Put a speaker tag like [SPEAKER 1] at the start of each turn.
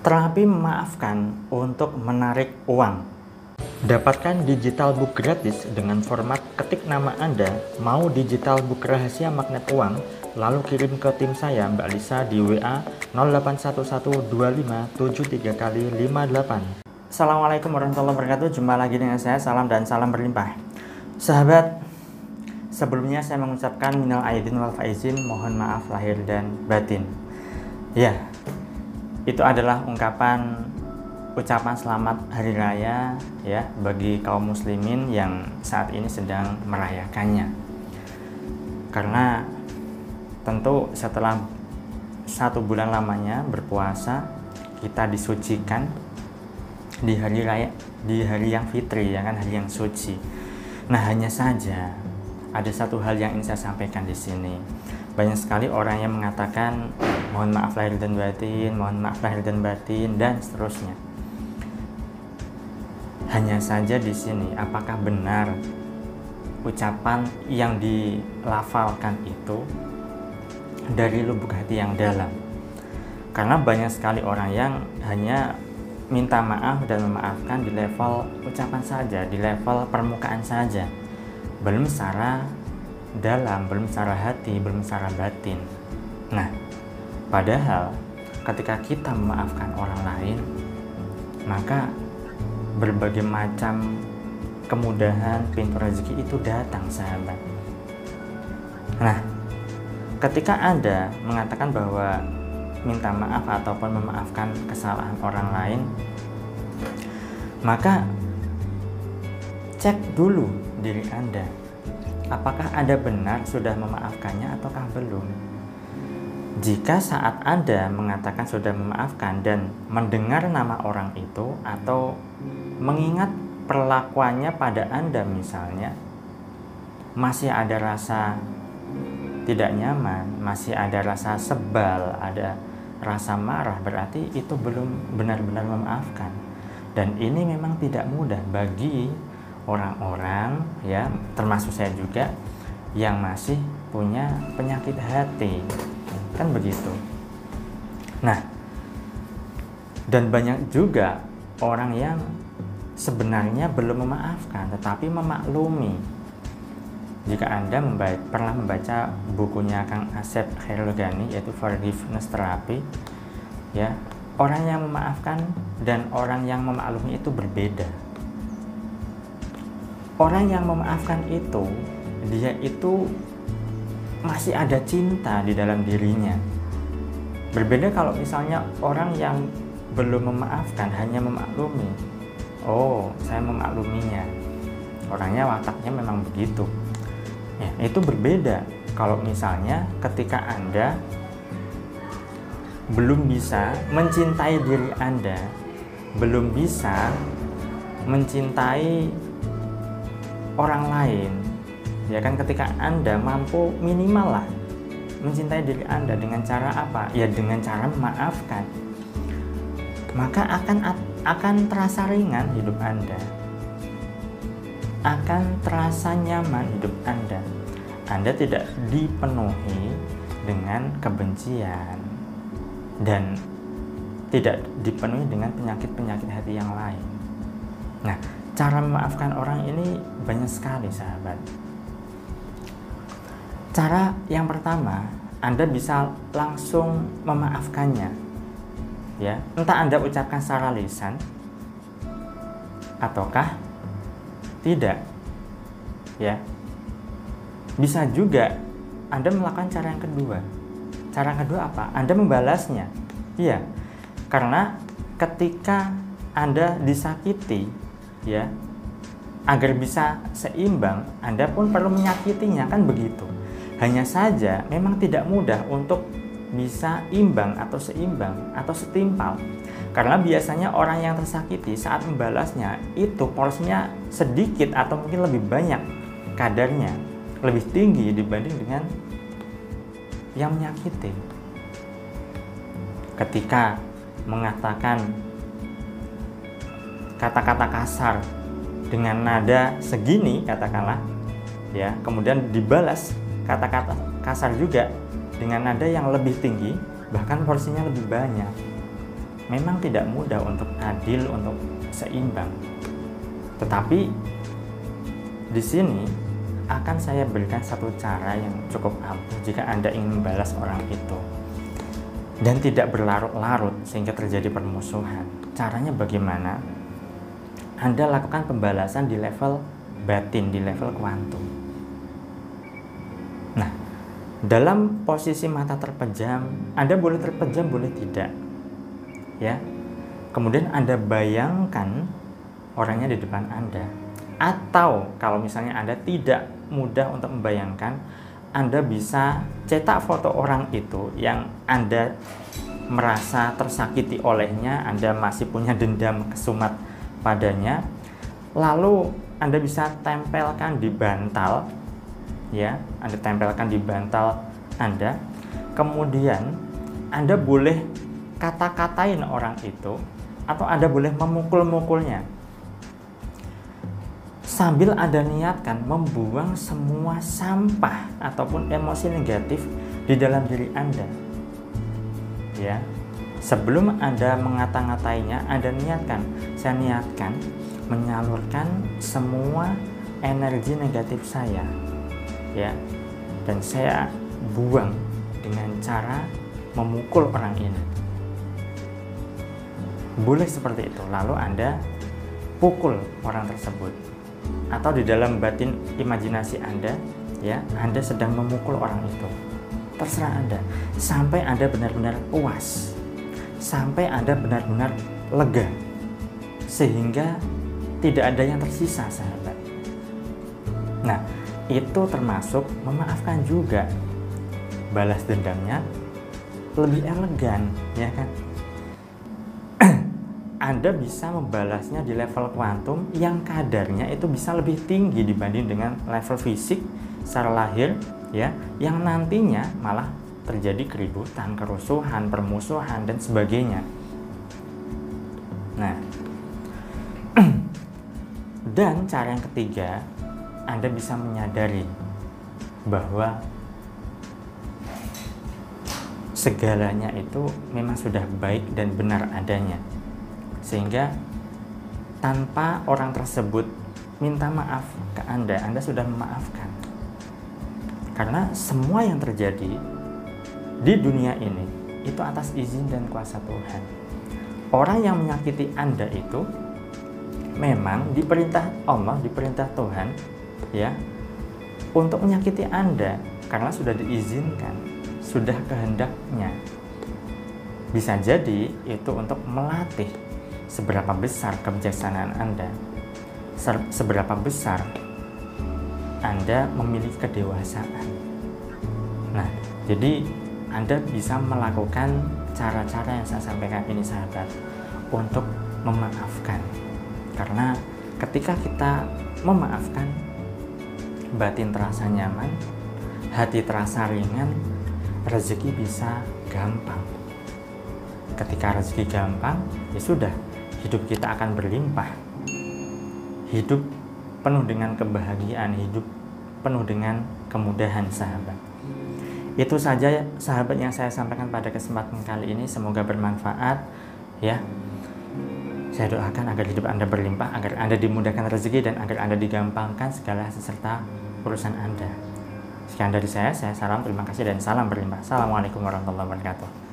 [SPEAKER 1] Terapi memaafkan untuk menarik uang. Dapatkan digital book gratis dengan format ketik nama Anda, mau digital book rahasia magnet uang, lalu kirim ke tim saya Mbak Lisa di WA 08112573 kali 58. Assalamualaikum warahmatullahi wabarakatuh. Jumpa lagi dengan saya, salam dan salam berlimpah. Sahabat, sebelumnya saya mengucapkan minal aidin wal faizin, mohon maaf lahir dan batin. Ya, itu adalah ucapan selamat hari raya ya bagi kaum muslimin yang saat ini sedang merayakannya. Karena tentu setelah 1 bulan lamanya berpuasa, kita disucikan di hari raya, di hari yang fitri, ya kan, hari yang suci. Nah, hanya saja ada satu hal yang ingin saya sampaikan di sini. Banyak sekali orang yang mengatakan mohon maaf lahir dan batin, mohon maaf lahir dan batin, dan seterusnya. Hanya saja di sini, apakah benar ucapan yang dilafalkan itu dari lubuk hati yang dalam? Karena banyak sekali orang yang hanya minta maaf dan memaafkan di level ucapan saja, di level permukaan saja, belum secara dalam, belum secara hati, belum secara batin. Nah, padahal ketika kita memaafkan orang lain, maka berbagai macam kemudahan, pintu rezeki itu datang, sahabat. Nah, ketika Anda mengatakan bahwa minta maaf ataupun memaafkan kesalahan orang lain, maka cek dulu diri Anda. Apakah Anda benar sudah memaafkannya ataukah belum? Jika saat Anda mengatakan sudah memaafkan dan mendengar nama orang itu atau mengingat perlakuannya pada Anda misalnya, masih ada rasa tidak nyaman, masih ada rasa sebal, ada rasa marah, berarti itu belum benar-benar memaafkan. Dan ini memang tidak mudah bagi orang-orang, ya, termasuk saya juga, yang masih punya penyakit hati, kan begitu. Nah, dan banyak juga orang yang sebenarnya belum memaafkan tetapi memaklumi. Jika Anda pernah membaca bukunya Kang Asep Khairul Ghani, yaitu Forgiveness Therapy, ya, orang yang memaafkan dan orang yang memaklumi itu berbeda. Orang yang memaafkan itu, dia itu masih ada cinta di dalam dirinya. Berbeda kalau misalnya orang yang belum memaafkan, hanya memaklumi. Oh, saya memakluminya. Orangnya wataknya memang begitu. Ya, itu berbeda. Kalau misalnya ketika Anda belum bisa mencintai diri Anda, belum bisa mencintai orang lain, ya kan, ketika Anda mampu minimal lah mencintai diri Anda dengan cara apa? Ya dengan cara memaafkan. Maka akan terasa ringan hidup Anda. Akan terasa nyaman hidup Anda. Anda tidak dipenuhi dengan kebencian dan tidak dipenuhi dengan penyakit-penyakit hati yang lain. Nah, cara memaafkan orang ini banyak sekali, sahabat. Cara yang pertama, Anda bisa langsung memaafkannya. Ya, entah Anda ucapkan secara lisan ataukah tidak. Ya. Bisa juga Anda melakukan cara yang kedua. Cara kedua apa? Anda membalasnya. Iya. Karena ketika Anda disakiti, ya, agar bisa seimbang, Anda pun perlu menyakitinya, kan begitu. Hanya saja memang tidak mudah untuk bisa imbang atau seimbang atau setimpal. Karena biasanya orang yang tersakiti saat membalasnya itu porsinya sedikit atau mungkin lebih banyak kadarnya, lebih tinggi dibanding dengan yang menyakiti. Ketika mengatakan kata-kata kasar dengan nada segini, katakanlah, ya, kemudian dibalas kata-kata kasar juga dengan nada yang lebih tinggi, bahkan porsinya lebih banyak. memang tidak mudah untuk adil, untuk seimbang. Tetapi di sini akan saya berikan satu cara yang cukup ampuh jika Anda ingin membalas orang itu dan tidak berlarut-larut sehingga terjadi permusuhan. Caranya bagaimana? Anda lakukan pembalasan di level batin, di level kuantum. Nah, dalam posisi mata terpejam, Anda boleh terpejam, boleh tidak, ya. Kemudian Anda bayangkan orangnya di depan Anda. Atau kalau misalnya Anda tidak mudah untuk membayangkan, Anda bisa cetak foto orang itu yang Anda merasa tersakiti olehnya, Anda masih punya dendam kesumat padanya, lalu Anda bisa tempelkan di bantal, ya, Anda tempelkan di bantal Anda. Kemudian Anda boleh kata-katain orang itu, atau Anda boleh memukul-mukulnya sambil Anda niatkan membuang semua sampah ataupun emosi negatif di dalam diri Anda, ya. Sebelum Anda mengata-ngatainya, Anda niatkan, saya niatkan menyalurkan semua energi negatif saya, ya, dan saya buang dengan cara memukul orang ini. Boleh seperti itu. Lalu Anda pukul orang tersebut, atau di dalam batin imajinasi Anda, ya, Anda sedang memukul orang itu. Terserah Anda, sampai Anda benar-benar puas, sampai Anda benar-benar lega, sehingga tidak ada yang tersisa, sahabat. Nah, itu termasuk memaafkan juga. Balas dendamnya lebih elegan, ya kan? Anda bisa membalasnya di level kuantum yang kadarnya itu bisa lebih tinggi dibanding dengan level fisik secara lahir, ya, yang nantinya malah terjadi keributan, kerusuhan, permusuhan, dan sebagainya. Nah, dan cara yang ketiga, Anda bisa menyadari bahwa segalanya itu memang sudah baik dan benar adanya, sehingga tanpa orang tersebut minta maaf ke Anda sudah memaafkan. Karena semua yang terjadi di dunia ini itu atas izin dan kuasa Tuhan. Orang yang menyakiti Anda itu memang diperintah Allah, diperintah Tuhan, ya, untuk menyakiti Anda karena sudah diizinkan, sudah kehendaknya. Bisa jadi itu untuk melatih seberapa besar kebijaksanaan Anda, seberapa besar Anda memiliki kedewasaan. Nah, jadi Anda bisa melakukan cara-cara yang saya sampaikan ini, sahabat, untuk memaafkan. Karena ketika kita memaafkan, batin terasa nyaman, hati terasa ringan, rezeki bisa gampang. Ketika rezeki gampang, ya sudah, hidup kita akan berlimpah. Hidup penuh dengan kebahagiaan, hidup penuh dengan kemudahan, sahabat. Itu saja, sahabat, yang saya sampaikan pada kesempatan kali ini. Semoga bermanfaat, ya. Saya doakan agar hidup Anda berlimpah, agar Anda dimudahkan rezeki, dan agar Anda digampangkan segala serta urusan Anda. Sekian dari saya salam, terima kasih, dan salam berlimpah. Assalamualaikum warahmatullahi wabarakatuh.